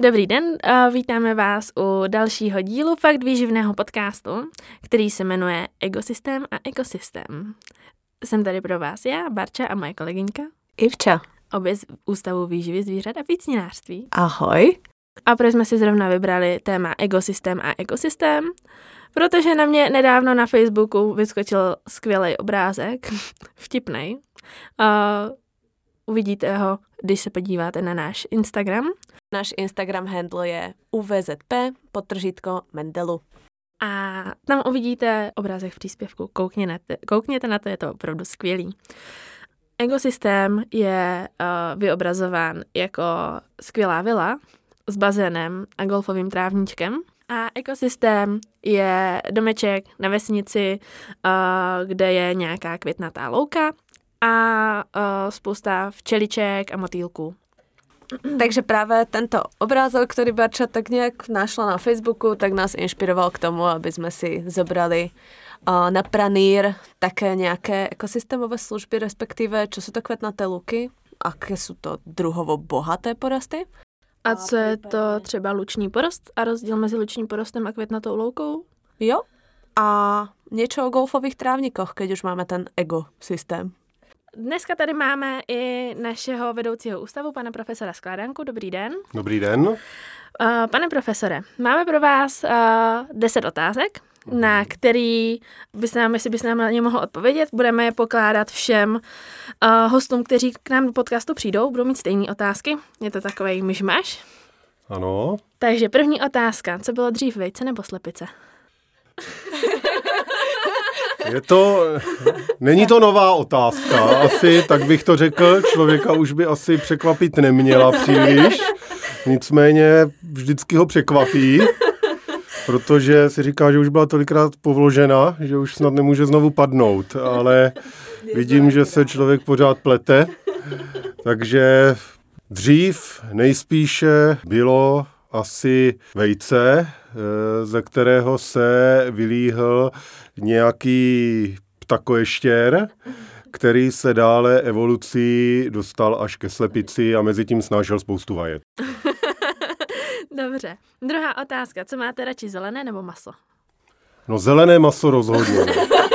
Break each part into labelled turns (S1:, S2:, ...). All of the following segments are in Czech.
S1: Dobrý den, vítáme vás u dalšího dílu Fakt výživného podcastu, který se jmenuje Egosystém a ekosystém. Jsem tady pro vás já, Barča a moje kolegyňka
S2: Ivča.
S1: Obě z Ústavu výživy zvířat a vícninářství.
S2: Ahoj.
S1: A proč jsme si zrovna vybrali téma egosystém a ekosystém? Protože na mě nedávno na Facebooku vyskočil skvělý obrázek, vtipnej. Uvidíte ho, když se podíváte na náš Instagram.
S2: Náš Instagram handle je uvzp_Mendelu.
S1: A tam uvidíte obrázek v příspěvku. Koukněte na to, je to opravdu skvělý. Egosystém je vyobrazován jako skvělá vila s bazénem a golfovým trávníčkem. A ekosystém je domeček na vesnici, kde je nějaká květnatá louka a spousta včeliček a motýlků.
S2: Takže práve tento obrázok, ktorý Barča tak nejak našla na Facebooku, tak nás inšpiroval k tomu, aby sme si zobrali na pranír také nejaké ekosystémové služby, respektíve čo sú to kvetnaté luky, aké sú to druhovo bohaté porosty.
S1: A co je to třeba luční porost a rozdíl mezi lučním porostem a květnatou loukou?
S2: Jo. A niečo o golfových trávnikoch, keď už máme ten ekosystém.
S1: Dneska tady máme i našeho vedoucího ústavu, pana profesora Skládanku. Dobrý den.
S3: Dobrý den.
S1: Pane profesore, máme pro vás 10 otázek, na který jestli byste nám na ně mohl odpovědět. Budeme je pokládat všem hostům, kteří k nám do podcastu přijdou. Budou mít stejné otázky. Je to takovej myšmaš.
S3: Ano.
S1: Takže první otázka. Co bylo dřív, vejce nebo slepice?
S3: Není to nová otázka, asi, tak bych to řekl, člověka už by asi překvapit neměla příliš, nicméně vždycky ho překvapí, protože si říká, že už byla tolikrát povložena, že už snad nemůže znovu padnout, ale vidím, že se člověk pořád plete, takže dřív nejspíše bylo asi vejce, ze kterého se vylíhl nějaký ptakoještěr, který se dále evolucí dostal až ke slepici a mezi tím snášel spoustu vajet.
S1: Dobře. Druhá otázka. Co máte radši, zelené nebo maso?
S3: No zelené maso rozhodně.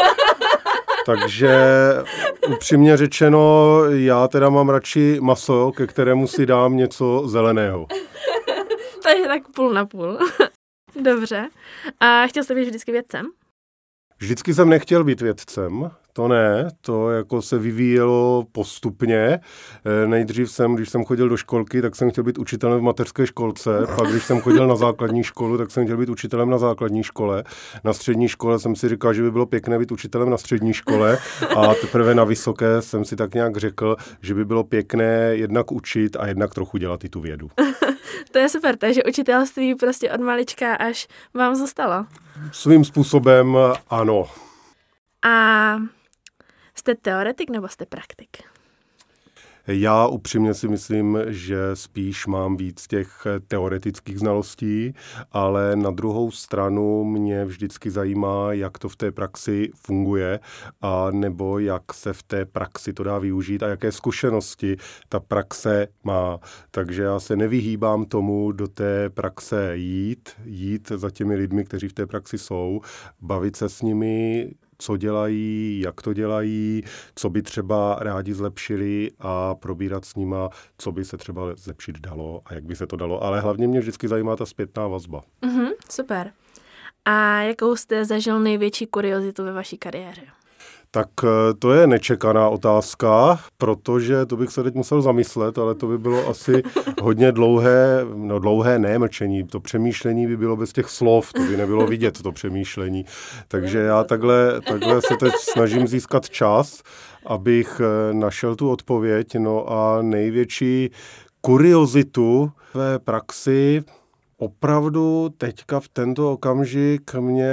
S3: Takže upřímně řečeno, já teda mám radši maso, ke kterému si dám něco zeleného.
S1: Takže tak půl na půl. Dobře. A chtěl jste být vždycky vědcem?
S3: Vždycky jsem nechtěl být vědcem, to ne, to jako se vyvíjelo postupně. Nejdřív když jsem chodil do školky, tak jsem chtěl být učitelem v mateřské školce, pak když jsem chodil na základní školu, tak jsem chtěl být učitelem na základní škole. Na střední škole jsem si říkal, že by bylo pěkné být učitelem na střední škole a teprve na vysoké jsem si tak nějak řekl, že by bylo pěkné jednak učit a jednak trochu dělat i tu vědu.
S1: To je super, takže učitelství prostě od malička až vám zůstalo.
S3: Svým způsobem ano.
S1: A jste teoretik nebo jste praktik?
S3: Já upřímně si myslím, že spíš mám víc těch teoretických znalostí, ale na druhou stranu mě vždycky zajímá, jak to v té praxi funguje, a nebo jak se v té praxi to dá využít a jaké zkušenosti ta praxe má. Takže já se nevyhýbám tomu do té praxe jít za těmi lidmi, kteří v té praxi jsou, bavit se s nimi, co dělají, jak to dělají, co by třeba rádi zlepšili a probírat s nima, co by se třeba zlepšit dalo a jak by se to dalo. Ale hlavně mě vždycky zajímá ta zpětná vazba.
S1: Super. A jakou jste zažil největší kuriozitu ve vaší kariéře?
S3: Tak to je nečekaná otázka, protože to bych se teď musel zamyslet, ale to by bylo asi hodně dlouhé mlčení. To přemýšlení by bylo bez těch slov, to by nebylo vidět, to přemýšlení. Takže já takhle se teď snažím získat čas, abych našel tu odpověď. No a největší kuriozitu ve praxi opravdu teďka v tento okamžik mě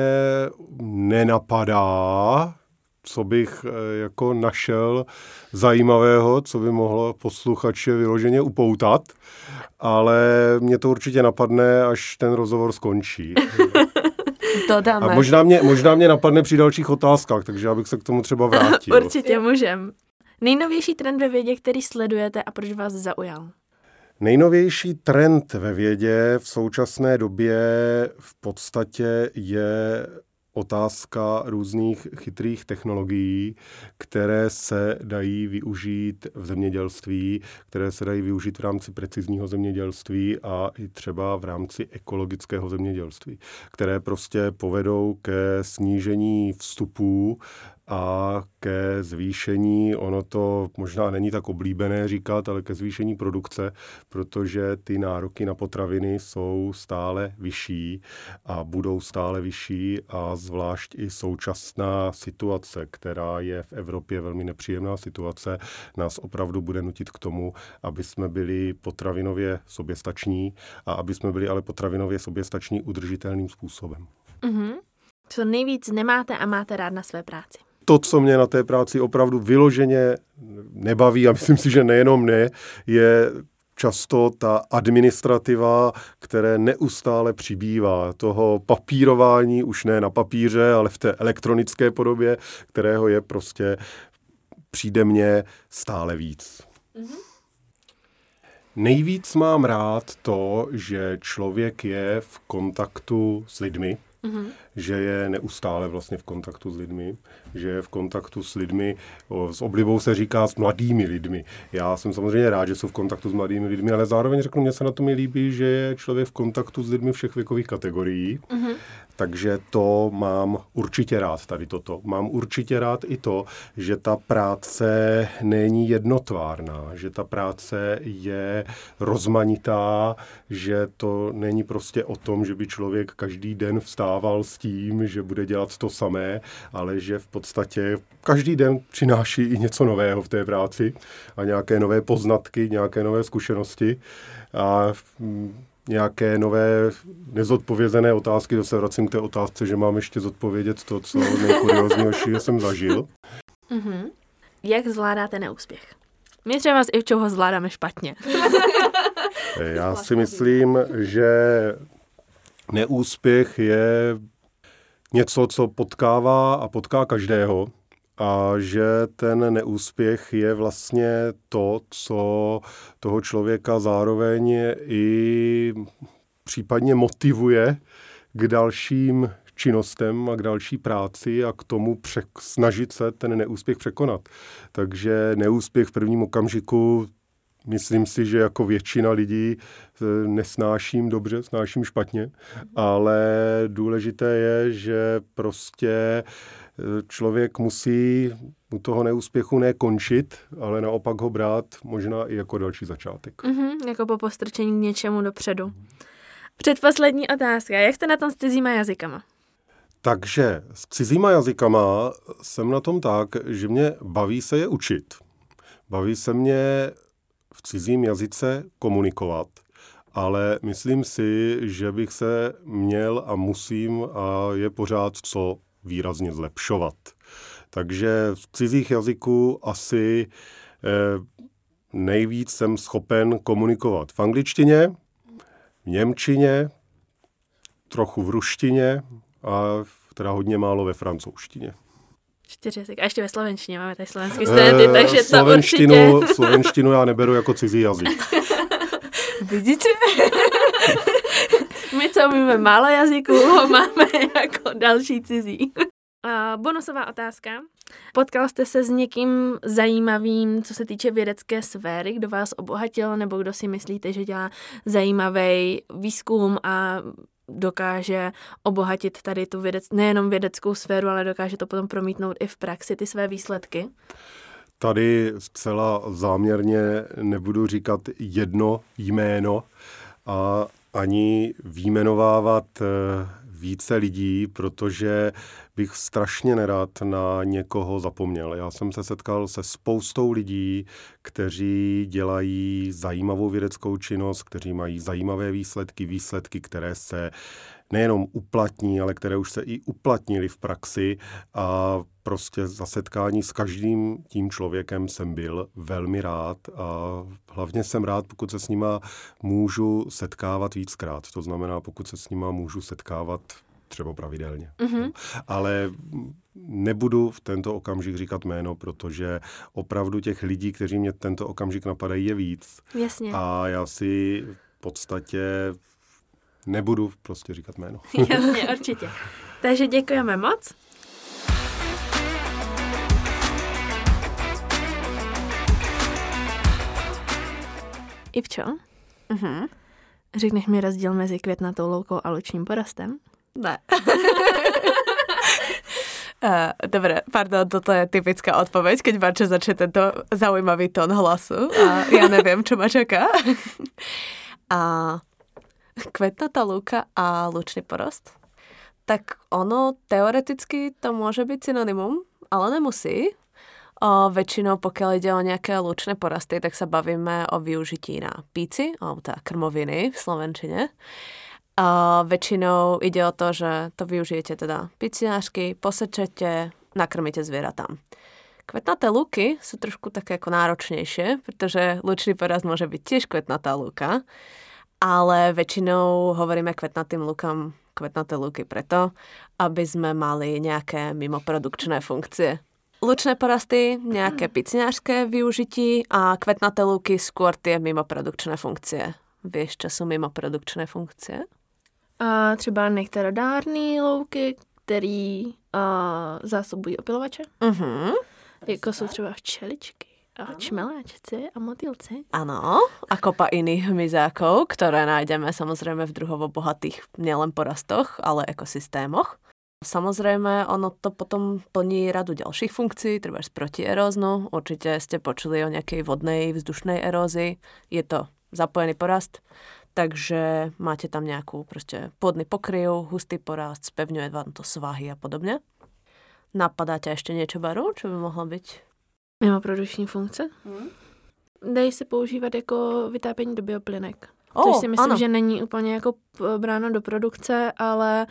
S3: nenapadá, co bych jako našel zajímavého, co by mohlo posluchače vyloženě upoutat, ale mě to určitě napadne, až ten rozhovor skončí.
S2: To dáme.
S3: A možná mě napadne při dalších otázkách, takže já bych se k tomu třeba vrátil.
S1: Určitě můžem. Nejnovější trend ve vědě, který sledujete a proč vás zaujal?
S3: Nejnovější trend ve vědě v současné době v podstatě je otázka různých chytrých technologií, které se dají využít v zemědělství, které se dají využít v rámci precizního zemědělství a i třeba v rámci ekologického zemědělství, které prostě povedou ke snížení vstupů a ke zvýšení, ono to možná není tak oblíbené říkat, ale ke zvýšení produkce, protože ty nároky na potraviny jsou stále vyšší a budou stále vyšší a zvlášť i současná situace, která je v Evropě velmi nepříjemná situace, nás opravdu bude nutit k tomu, aby jsme byli potravinově soběstační a aby jsme byli ale potravinově soběstační udržitelným způsobem.
S1: Co nejvíc nemáte a máte rád na své práci?
S3: To, co mě na té práci opravdu vyloženě nebaví, a myslím si, že nejenom mě, je často ta administrativa, které neustále přibývá. Toho papírování už ne na papíře, ale v té elektronické podobě, kterého je prostě přijde mně stále víc. Nejvíc mám rád to, že člověk je v kontaktu s lidmi, že je neustále vlastně v kontaktu s lidmi, že je v kontaktu s lidmi, s oblibou se říká s mladými lidmi. Já jsem samozřejmě rád, že jsou v kontaktu s mladými lidmi, ale zároveň řeknu, mně se na tom líbí, že je člověk v kontaktu s lidmi všech věkových kategorií. Takže to mám určitě rád, tady toto. Mám určitě rád i to, že ta práce není jednotvárná, že ta práce je rozmanitá, že to není prostě o tom, že by člověk každý den vstával s tím, že bude dělat to samé, ale že v podstatě každý den přináší i něco nového v té práci a nějaké nové poznatky, nějaké nové zkušenosti a nějaké nové nezodpovězené otázky. To se vracím k té otázce, že mám ještě zodpovědět to, co nejkurióznějšího jsem zažil.
S1: Jak zvládáte neúspěch? My třeba s Ivčou ho zvládáme špatně.
S3: Já si myslím, že neúspěch je něco, co potkává a potká každého. A že ten neúspěch je vlastně to, co toho člověka zároveň i případně motivuje k dalším činnostem a k další práci a k tomu snažit se ten neúspěch překonat. Takže neúspěch v prvním okamžiku, myslím si, že jako většina lidí nesnáším dobře, snáším špatně, ale důležité je, že prostě člověk musí u toho neúspěchu ne končit, ale naopak ho brát možná i jako další začátek.
S1: Jako po postrčení k něčemu dopředu. Předposlední otázka. Jak jste na tom s cizíma jazykama?
S3: Takže s cizíma jazykama jsem na tom tak, že mě baví se je učit. Baví se mě v cizím jazyce komunikovat, ale myslím si, že bych se měl a musím a je pořád co výrazně zlepšovat. Takže v cizích jazyků asi nejvíc jsem schopen komunikovat v angličtině, v němčině, trochu v ruštině a teda hodně málo ve francouzštině.
S1: 4 jazyky. A ještě ve slovenštině. Máme tady slovenský studenty, takže to určitě...
S3: Slovenštinu já neberu jako cizí jazyk.
S1: Vidíte? My, co umíme málo jazyků, ho máme jako další cizí. Bonusová otázka. Potkal jste se s někým zajímavým, co se týče vědecké sféry, kdo vás obohatil, nebo kdo si myslíte, že dělá zajímavý výzkum a dokáže obohatit tady tu nejenom vědeckou sféru, ale dokáže to potom promítnout i v praxi, ty své výsledky?
S3: Tady zcela záměrně nebudu říkat jedno jméno a ani vyjmenovávat více lidí, protože bych strašně nerad na někoho zapomněl. Já jsem se setkal se spoustou lidí, kteří dělají zajímavou vědeckou činnost, kteří mají zajímavé výsledky, které se nejenom uplatní, ale které už se i uplatnily v praxi a prostě za setkání s každým tím člověkem jsem byl velmi rád a hlavně jsem rád, pokud se s nima můžu setkávat víckrát. To znamená, pokud se s nima můžu setkávat třeba pravidelně. Ale nebudu v tento okamžik říkat jméno, protože opravdu těch lidí, kteří mě tento okamžik napadají, je víc.
S1: Jasně.
S3: A já si v podstatě nebudu prostě říkat jméno.
S1: Jasně, určitě. Takže děkujeme moc. Ivčo, řekneš mi rozdíl mezi květnatou loukou a lučním porostem?
S2: Ne. Dobre, pardon, toto je typická odpoveď, keď Barča začne tento zaujímavý tón hlasu a ja neviem, čo ma čaká. A kvetnatá lúka a lučný porost, tak ono teoreticky to môže byť synonymum, ale nemusí. Väčšinou, pokiaľ ide o nejaké lučné porasty, tak sa bavíme o využití na píci, alebo teda krmoviny v slovenčine. Väčšinou ide o to, že to využijete teda picinářsky, posečete, nakrmíte zvieratám. Kvetnaté lúky sú trošku také ako náročnejšie, pretože lučný porast môže byť tiež kvetnatá lúka, ale väčšinou hovoríme kvetnatým lúkam kvetnaté lúky preto, aby sme mali nejaké mimoprodukčné funkcie. Lučné porasty, nejaké picinářské využití a kvetnaté lúky skôr tie mimoprodukčné funkcie. Vieš, čo sú mimoprodukčné funkcie?
S1: A třeba nektarodárné louky, který zásobují opilovače. Jako jsou třeba včeličky a čmeláčci a motýlci.
S2: Áno, a kopa iných hmyzákov, ktoré nájdeme samozrejme v druhovo bohatých nielen porastoch, ale ekosystémoch. Samozrejme, ono to potom plní radu ďalších funkcií, treba protieróznu. Určite ste počuli o nejakej vodnej vzdušnej erózii. Je to zapojený porast, takže máte tam nejakú proste pôdny pokryv, hustý porast, spevňuje vám to svahy a podobne. Napadá ťa ešte niečo, Baru, čo by mohlo byť?
S1: Mimoprodukční funkce? Dají se používat jako vytápění do bioplynek. Což si myslím, že není úplně jako bráno do produkce, ale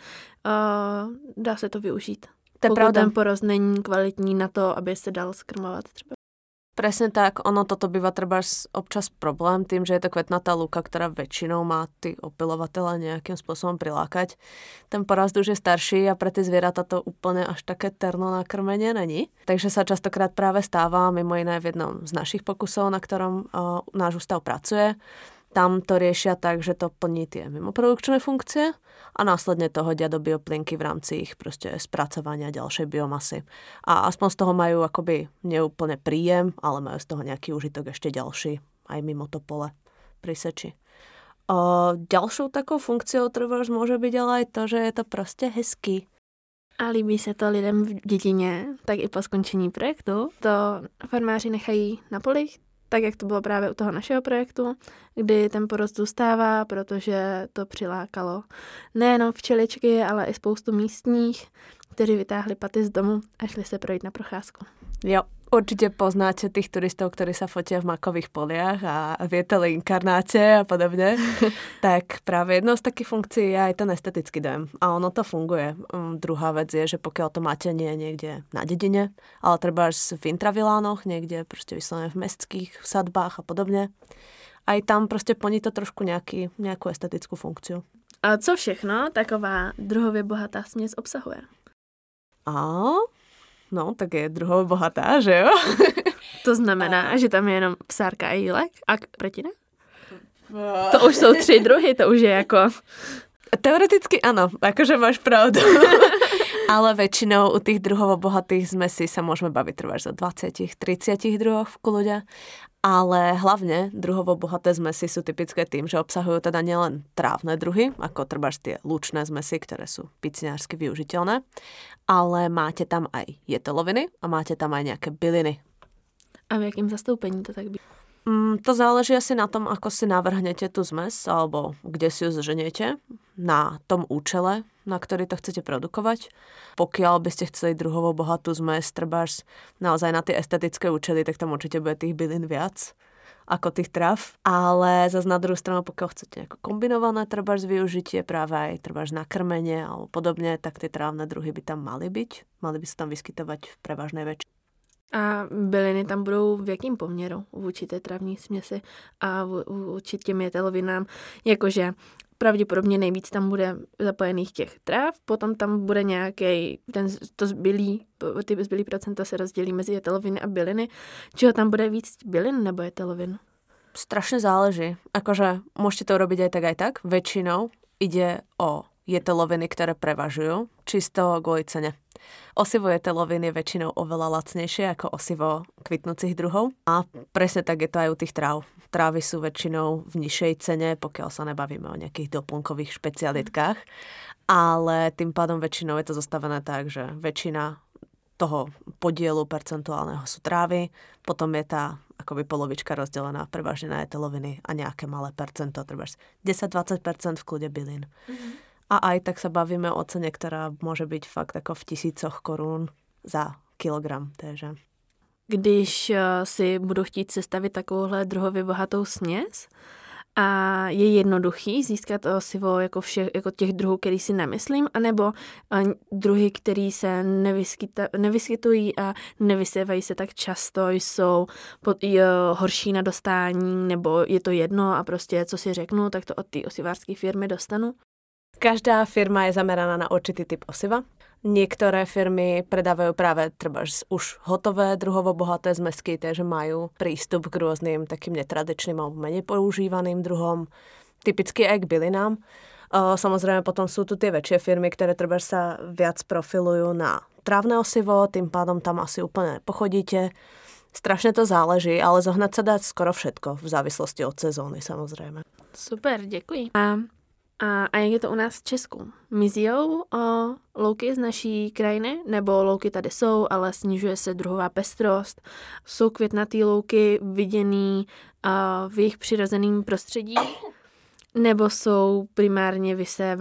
S1: dá se to využít. Pokud ten porost není kvalitní na to, aby se dal skrmovat třeba.
S2: Presne tak, ono toto býva treba občas problém tým, že je to kvetnatá lúka, ktorá väčšinou má tí opilovatele nejakým spôsobom prilákať. Ten porast už je starší a pre tie zvieratá to úplne až také terno na krmenie není. Takže sa častokrát práve stáva, mimo iné v jednom z našich pokusov, na ktorom náš ústav pracuje. Tam to riešia tak, že to plní tie mimoprodukčné funkcie a následne to hodia do bioplynky v rámci ich proste spracovania ďalšej biomasy. A aspoň z toho majú akoby neúplne príjem, ale majú z toho nejaký užitok ešte ďalší, aj mimo to pole pri seči. Ďalšou takou funkciou trvás môže byť ale aj to, že je to proste hezký.
S1: A líbí se to lidem v dědině, tak i po skončení projektu. To farmáři nechají na polích, tak jak to bylo právě u toho našeho projektu, kdy ten porost zůstává, protože to přilákalo nejenom včeličky, ale i spoustu místních, kteří vytáhli paty z domu a šli se projít na procházku.
S2: Jo, určite poznáte tých turistov, ktorí sa fotia v makových poliach a vieteli inkarnáte a podobne. Tak práve jednou z takých funkcií je aj ten estetický dojem. A ono to funguje. Druhá vec je, že pokiaľ to máte nie niekde na dedine, ale treba až v intravilánoch, niekde proste vyslovene v mestských sadbách a podobne, aj tam proste plní to trošku nejakú estetickú funkciu.
S1: A co všechno taková druhově bohatá směs obsahuje?
S2: No, tak je druhově bohatá, že jo?
S1: To znamená, že tam je jenom psárka a jílek a pretina? To už jsou 3 druhy, to už je jako...
S2: Teoreticky áno, akože máš pravdu. Ale väčšinou u tých druhovo bohatých zmesí sa môžeme baviť trváš o 20-30 druhoch v kľude. Ale hlavne druhovo bohaté zmesy sú typické tým, že obsahujú teda nielen trávne druhy, ako trváš tie lučné zmesy, ktoré sú picinársky využiteľné, ale máte tam aj jeteloviny a máte tam aj nejaké byliny.
S1: A v jakém zastoupení to tak býva?
S2: To záleží asi na tom, ako si navrhnete tú zmes, alebo kde si ju zženiete, na tom účele, na ktorý to chcete produkovať. Pokiaľ by ste chceli druhovo bohatú zmes, trebárs naozaj na tie estetické účely, tak tam určite bude tých bylín viac ako tých tráv. Ale zase na druhú stranu, pokiaľ chcete nejako kombinované trebárs využitie, práve aj trebárs na krmenie alebo podobne, tak tie trávne druhy by tam mali byť. Mali by sa tam vyskytovať v prevažnej väčšine.
S1: A byliny tam budou v jakém poměru vůči té travní směsi a vůči těm jetelovinám? Jakože pravděpodobně nejvíc tam bude zapojených těch tráv, potom tam bude nějaký, ty zbylý procenta se rozdělí mezi jeteloviny a byliny. Čeho tam bude víc, bylin nebo jetelovin?
S2: Strašne záleží. Akože môžete to robiť aj tak. Väčšinou ide o jeteloviny, ktoré prevažujú, čisto kvôli cene. Osivo jetelovín je väčšinou oveľa lacnejšie ako osivo kvitnúcich druhov. A presne tak je to aj u tých tráv. Trávy sú väčšinou v nižšej cene, pokiaľ sa nebavíme o nejakých doplnkových špecialitkách. Ale tým pádom väčšinou je to zostavené tak, že väčšina toho podielu percentuálneho sú trávy, potom je tá akoby polovička rozdelená prevažne na jeteloviny a nejaké malé percento, treba 10-20% v kľude bylín. Mm-hmm. A aj tak sa bavíme o cene, ktorá môže byť fakt ako v 1000 korún za kilogram. Takže.
S1: Když si budu chtít sestavit takovouhle druhově bohatou směs, a je jednoduchý získat osivo jako těch druhů, který si nemyslím, anebo druhy, který se nevyskytují a nevysévají se tak často, jsou horší na dostání, nebo je to jedno a prostě co si řeknu, tak to od té osivářské firmy dostanu?
S2: Každá firma je zameraná na určitý typ osiva. Niektoré firmy predávajú práve už hotové druhovo bohaté zmesky, takže majú prístup k rôznym takým netradičným alebo menej používaným druhom, typicky aj k bylinám. Samozrejme potom sú tu tie väčšie firmy, ktoré sa viac profilujú na trávne osivo, tým pádom tam asi úplne pochodíte. Strašne to záleží, ale zohnať sa dá skoro všetko v závislosti od sezóny samozrejme.
S1: Super, děkuji. A jak je to u nás v Česku? Mizijou louky z naší krajiny? Nebo louky tady jsou, ale snižuje se druhová pestrost? Jsou květnatý louky viděný v jejich přirozeném prostředí? Nebo jsou primárně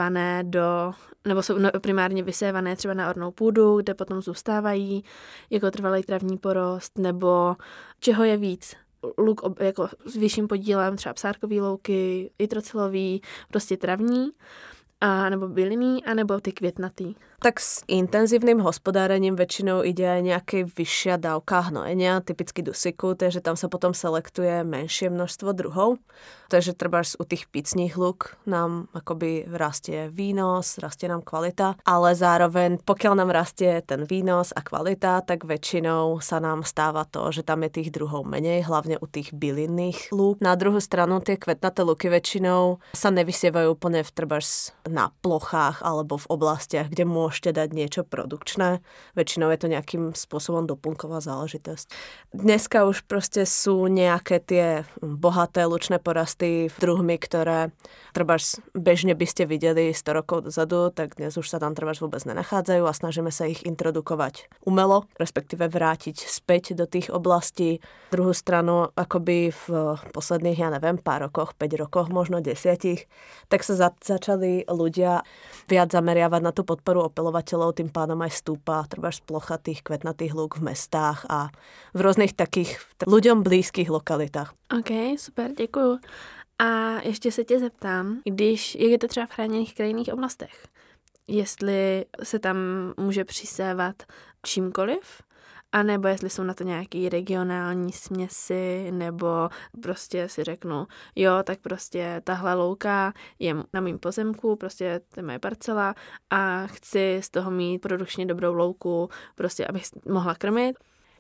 S1: vysévané třeba na ornou půdu, kde potom zůstávají jako trvalý travní porost? Nebo čeho je víc? Luk jako s vyšším podílem, třeba psárkový louky, jitrocilový, prostě travní, nebo bylinný, anebo ty květnatý.
S2: Tak s intenzívnym hospodárením väčšinou ide aj nejaká vyššia dávka hnojenia, typicky dusiku, takže tam sa potom selektuje menšie množstvo druhov. Takže trebárs u tých picních luk nám akoby rastie výnos, rastie nám kvalita, ale zároveň pokiaľ nám rastie ten výnos a kvalita, tak väčšinou sa nám stáva to, že tam je tých druhov menej, hlavne u tých bylinných lúk. Na druhú stranu tie kvetnaté luky väčšinou sa nevysievajú úplne trebárs na plochách alebo v oblastiach, kde môžete dať niečo produkčné. Väčšinou je to nejakým spôsobom doplnková záležitosť. Dneska už proste sú nejaké tie bohaté lučné porasty druhmi, ktoré trebárs bežne by ste videli 100 rokov dozadu, tak dnes už sa tam trebárs vôbec nenachádzajú a snažíme sa ich introdukovať umelo, respektíve vrátiť späť do tých oblastí. Druhú stranu, akoby v posledných, pár rokoch, 5 rokoch, možno 10, tak sa začali ľudia viac zameriavať na tú podporu opeľovateľov, tým pádom aj stúpa trebárs plocha tých kvetnatých lúk v mestách a v rôznych takých ľuďom blízkych lokalitách.
S1: OK, super, děkuju. A ještě se tě zeptám, jak je to třeba v chráněných krajinných oblastech? Jestli se tam může přisévat čímkoliv, anebo jestli jsou na to nějaký regionální směsi, nebo prostě si řeknu, jo, tak prostě tahle louka je na mým pozemku, prostě to je moje parcela a chci z toho mít produkčně dobrou louku, prostě abych mohla krmit.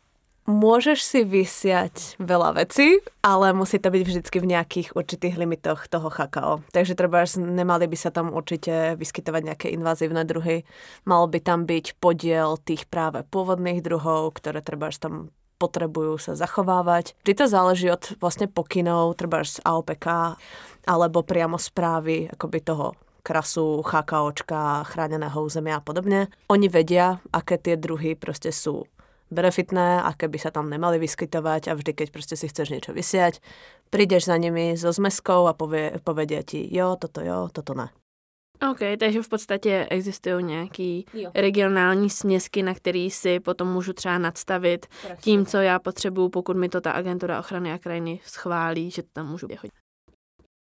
S2: Môžeš si vysiať veľa vecí, ale musí to byť vždycky v nejakých určitých limitoch toho chakao. Takže nemali by sa tam určite vyskytovať nejaké invazívne druhy. Mal by tam byť podiel tých práve pôvodných druhov, ktoré tam potrebujú sa zachovávať. Vždy to záleží od vlastne pokynov, z AOPK, alebo priamo správy akoby toho krasu, chakaočka, chráneného územia a podobne. Oni vedia, aké tie druhy proste sú benefitné, aké by sa tam nemali vyskytovať a vždy, keď proste si chceš niečo vysiať, prídeš za nimi so zmeskou a povedia ti jo, toto ne.
S1: OK, takže v podstatě existují nějaký regionální směsky, na který si potom můžu třeba nadstavit tím, co já potřebuju, pokud mi to ta agentura ochrany a krajiny schválí, že tam můžu chodit.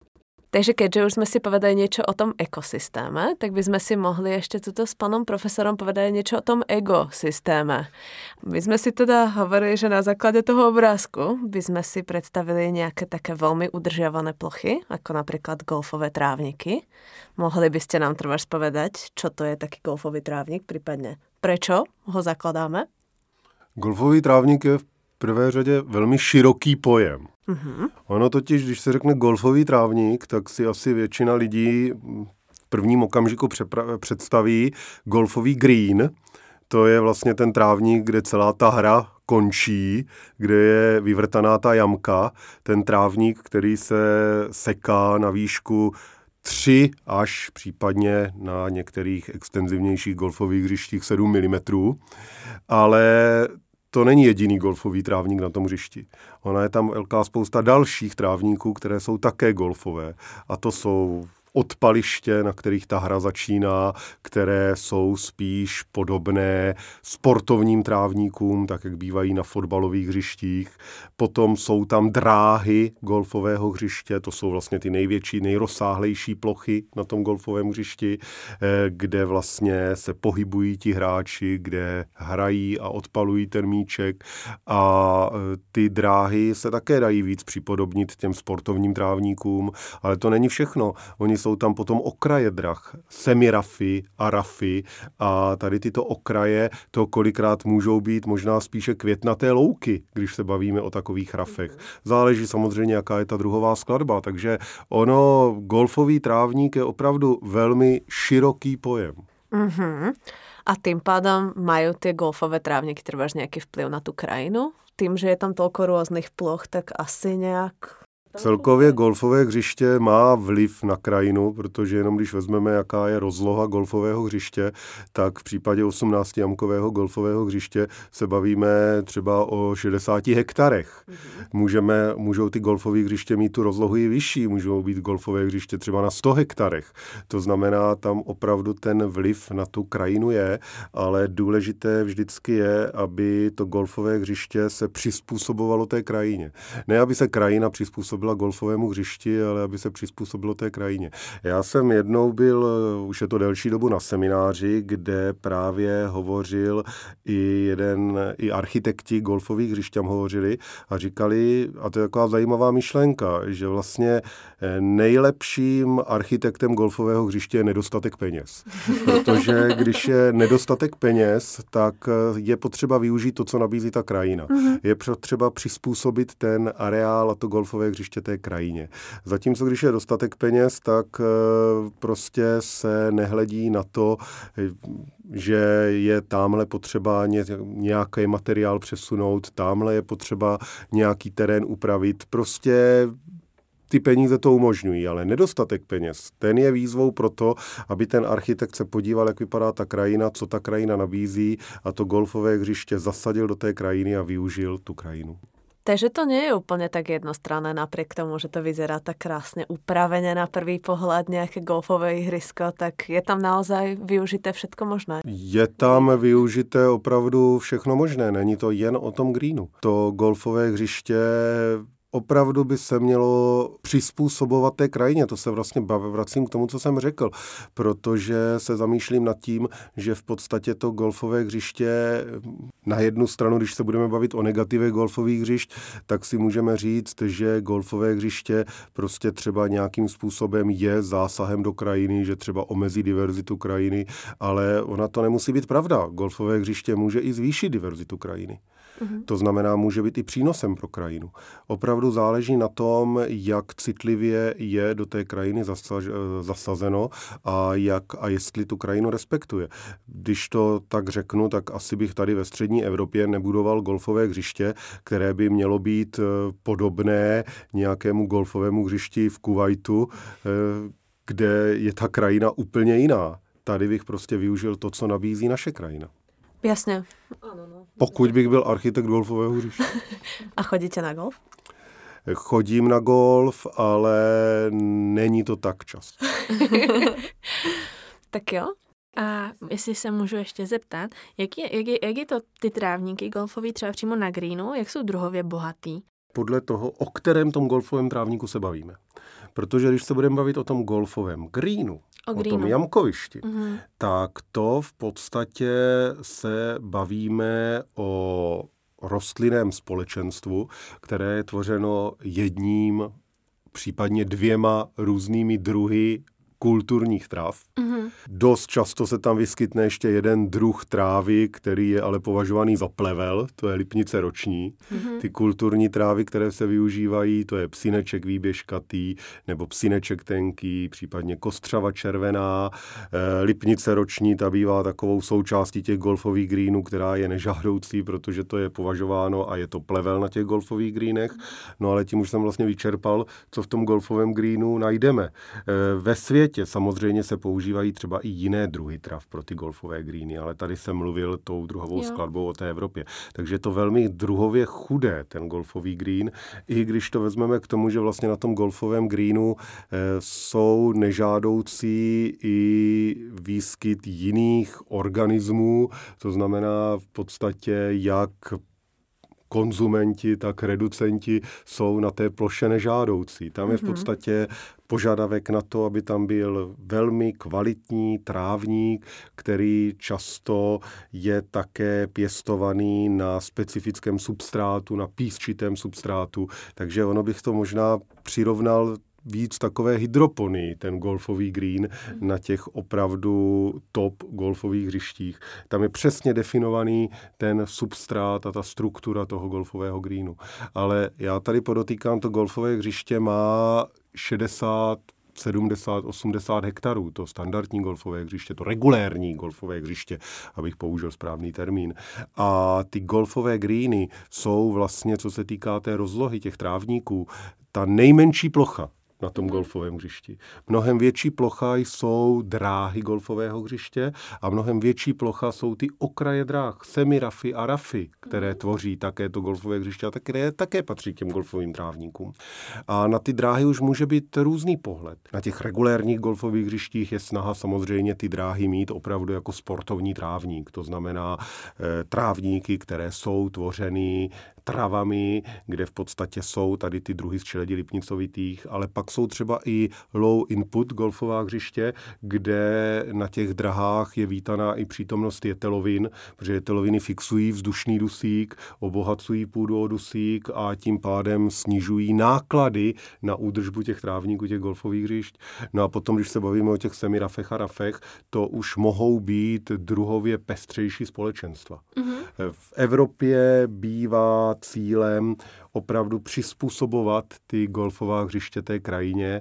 S2: Takže keďže už sme si povedali niečo o tom ekosystéme, tak by sme si mohli ešte tuto s pánom profesorom povedať niečo o tom egosystéme. My sme si teda hovorili, že na základe toho obrázku by sme si predstavili nejaké také veľmi udržiavané plochy, ako napríklad golfové trávniky. Mohli by ste nám trvárs povedať, čo to je taký golfový trávnik, prípadne prečo ho zakladáme?
S3: Golfový trávnik je v prvé řadě velmi široký pojem. Ono totiž, když se řekne golfový trávník, tak si asi většina lidí v prvním okamžiku představí golfový green. To je vlastně ten trávník, kde celá ta hra končí, kde je vyvrtaná ta jamka. Ten trávník, který se seká na výšku 3 až případně na některých extenzivnějších golfových hřištích 7 mm. Ale to není jediný golfový trávník na tom hřišti. Ona je tam velká spousta dalších trávníků, které jsou také golfové. A to jsou odpaliště, na kterých ta hra začíná, které jsou spíš podobné sportovním trávníkům, tak jak bývají na fotbalových hřištích. Potom jsou tam dráhy golfového hřiště, to jsou vlastně ty největší, nejrozsáhlejší plochy na tom golfovém hřišti, kde vlastně se pohybují ti hráči, kde hrají a odpalují ten míček. A ty dráhy se také dají víc připodobnit těm sportovním trávníkům, ale to není všechno. Oni jsou tam potom okraje drah, semirafy a rafy a tady tyto okraje to kolikrát můžou být možná spíše květnaté louky, když se bavíme o takových rafech. Záleží samozřejmě, jaká je ta druhová skladba, takže ono, golfový trávník je opravdu velmi široký pojem.
S2: A tým pádom majú tie golfové trávniky trváš nejaký vplyv na tú krajinu? Tým, že je tam toľko rôznych ploch, tak asi nejak...
S3: Celkově golfové hřiště má vliv na krajinu, protože jenom když vezmeme, jaká je rozloha golfového hřiště, tak v případě 18-jamkového golfového hřiště se bavíme třeba o 60 hektarech. Můžou ty golfové hřiště mít tu rozlohu i vyšší, můžou být golfové hřiště třeba na 100 hektarech. To znamená, tam opravdu ten vliv na tu krajinu je, ale důležité vždycky je, aby to golfové hřiště se přizpůsobovalo té krajině. Ne, aby se krajina přizpůsobila golfovému hřišti, ale aby se přizpůsobilo té krajině. Já jsem jednou byl, už je to delší dobu, na semináři, kde právě hovořil i architekti golfových hřišť tam hovořili a říkali, a to je taková zajímavá myšlenka, že vlastně nejlepším architektem golfového hřiště je nedostatek peněz. Protože když je nedostatek peněz, tak je potřeba využít to, co nabízí ta krajina. Je potřeba přizpůsobit ten areál a to golfové hřiště té krajině. Zatímco když je dostatek peněz, tak prostě se nehledí na to, že je tamhle potřeba nějaký materiál přesunout, tamhle je potřeba nějaký terén upravit. Prostě ty peníze to umožňují, ale nedostatek peněz, ten je výzvou pro to, aby ten architekt se podíval, jak vypadá ta krajina, co ta krajina nabízí a to golfové hřiště zasadil do té krajiny a využil tu krajinu.
S2: Takže to nie je úplne tak jednostranné, napriek tomu, že to vyzerá tak krásne upravené na prvý pohľad nejaké golfové ihrisko, tak je tam naozaj využité všetko možné?
S3: Je tam využité opravdu všechno možné, není to jen o tom greenu. To golfové hřiště opravdu by se mělo přizpůsobovat té krajině. To se vlastně vracím k tomu, co jsem řekl, protože se zamýšlím nad tím, že v podstatě to golfové hřiště na jednu stranu, když se budeme bavit o negativech golfových hřišť, tak si můžeme říct, že golfové hřiště prostě třeba nějakým způsobem je zásahem do krajiny, že třeba omezí diverzitu krajiny, ale ona to nemusí být pravda. Golfové hřiště může i zvýšit diverzitu krajiny. To znamená, může být i přínosem pro krajinu. Opravdu záleží na tom, jak citlivě je do té krajiny zasazeno a jestli tu krajinu respektuje. Když to tak řeknu, tak asi bych tady ve střední Evropě nebudoval golfové hřiště, které by mělo být podobné nějakému golfovému hřišti v Kuvajtu, kde je ta krajina úplně jiná. Tady bych prostě využil to, co nabízí naše krajina.
S2: Jasně.
S3: Pokud bych byl architekt golfového hřiště.
S2: A chodíte na golf?
S3: Chodím na golf, ale není to tak často.
S2: Tak jo.
S1: A jestli se můžu ještě zeptat, jak je to ty trávníky golfový třeba přímo na greenu, jak jsou druhově bohatý?
S3: Podle toho, o kterém tom golfovém trávníku se bavíme. Protože když se budeme bavit o tom golfovém greenu, o tom jamkovišti, tak to v podstatě se bavíme o rostlinném společenstvu, které je tvořeno jedním, případně 2 různými druhy kulturních tráv. Dost často se tam vyskytne ještě jeden druh trávy, který je ale považovaný za plevel, to je lipnice roční. Ty kulturní trávy, které se využívají, to je psineček výběžkatý nebo psineček tenký, případně kostřava červená. Lipnice roční, ta bývá takovou součástí těch golfových greenů, která je nežádoucí, protože to je považováno a je to plevel na těch golfových greenech. No ale tím už jsem vlastně vyčerpal, co v tom golfovém greenu najdeme. Ve světě samozřejmě se používají třeba i jiné druhy trav pro ty golfové greeny, ale tady jsem mluvil tou druhovou skladbou o té Evropě. Takže je to velmi druhově chudé, ten golfový green, i když to vezmeme k tomu, že vlastně na tom golfovém greenu jsou nežádoucí i výskyt jiných organismů, to znamená v podstatě jak konzumenti, tak reducenti jsou na té ploše nežádoucí. Tam je v podstatě požadavek na to, aby tam byl velmi kvalitní trávník, který často je také pěstovaný na specifickém substrátu, na písčitém substrátu. Takže ono bych to možná přirovnal víc takové hydroponii, ten golfový green na těch opravdu top golfových hřištích. Tam je přesně definovaný ten substrát a ta struktura toho golfového greenu. Ale já tady podotýkám, to golfové hřiště má 60, 70, 80 hektarů, to standardní golfové hřiště, to regulérní golfové hřiště, abych použil správný termín. A ty golfové greeny jsou vlastně, co se týká té rozlohy těch trávníků, ta nejmenší plocha na tom golfovém hřišti. Mnohem větší plocha jsou dráhy golfového hřiště a mnohem větší plocha jsou ty okraje dráh, semirafy a rafy, které tvoří také to golfové hřiště a které také patří k těm golfovým trávníkům. A na ty dráhy už může být různý pohled. Na těch regulérních golfových hřištích je snaha samozřejmě ty dráhy mít opravdu jako sportovní trávník. To znamená trávníky, které jsou tvořeny travami, kde v podstatě jsou tady ty druhy z čeledí lipnicovitých, ale pak jsou třeba i low input golfová hřiště, kde na těch drahách je vítaná i přítomnost jetelovin, protože jeteloviny fixují vzdušný dusík, obohacují půdu o dusík a tím pádem snižují náklady na údržbu těch trávníků, těch golfových hřišť. No a potom, když se bavíme o těch semirafech a rafech, to už mohou být druhově pestřejší společenstva. V Evropě bývá cílem opravdu přizpůsobovat ty golfová hřiště té krajině,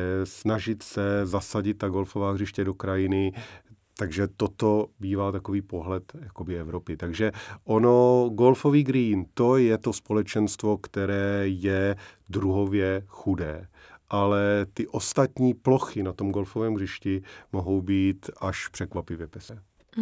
S3: snažit se zasadit ta golfová hřiště do krajiny, takže toto bývá takový pohled jakoby Evropy. Takže ono, golfový green, to je to společenstvo, které je druhově chudé. Ale ty ostatní plochy na tom golfovém hřišti mohou být až překvapivě pestré.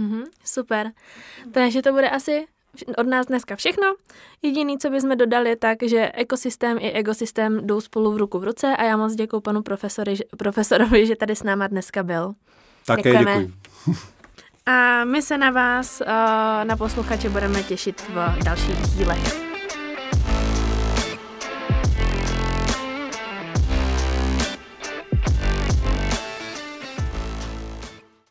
S1: Super. Takže to bude asi od nás dneska všechno. Jediný, co bychom dodali, je tak, že ekosystém i egosystém jdou spolu v ruku v ruce a já moc děkuju panu profesorovi, že tady s náma dneska byl.
S3: Také děkuji.
S1: A my se na vás, na posluchače, budeme těšit v dalších dílech.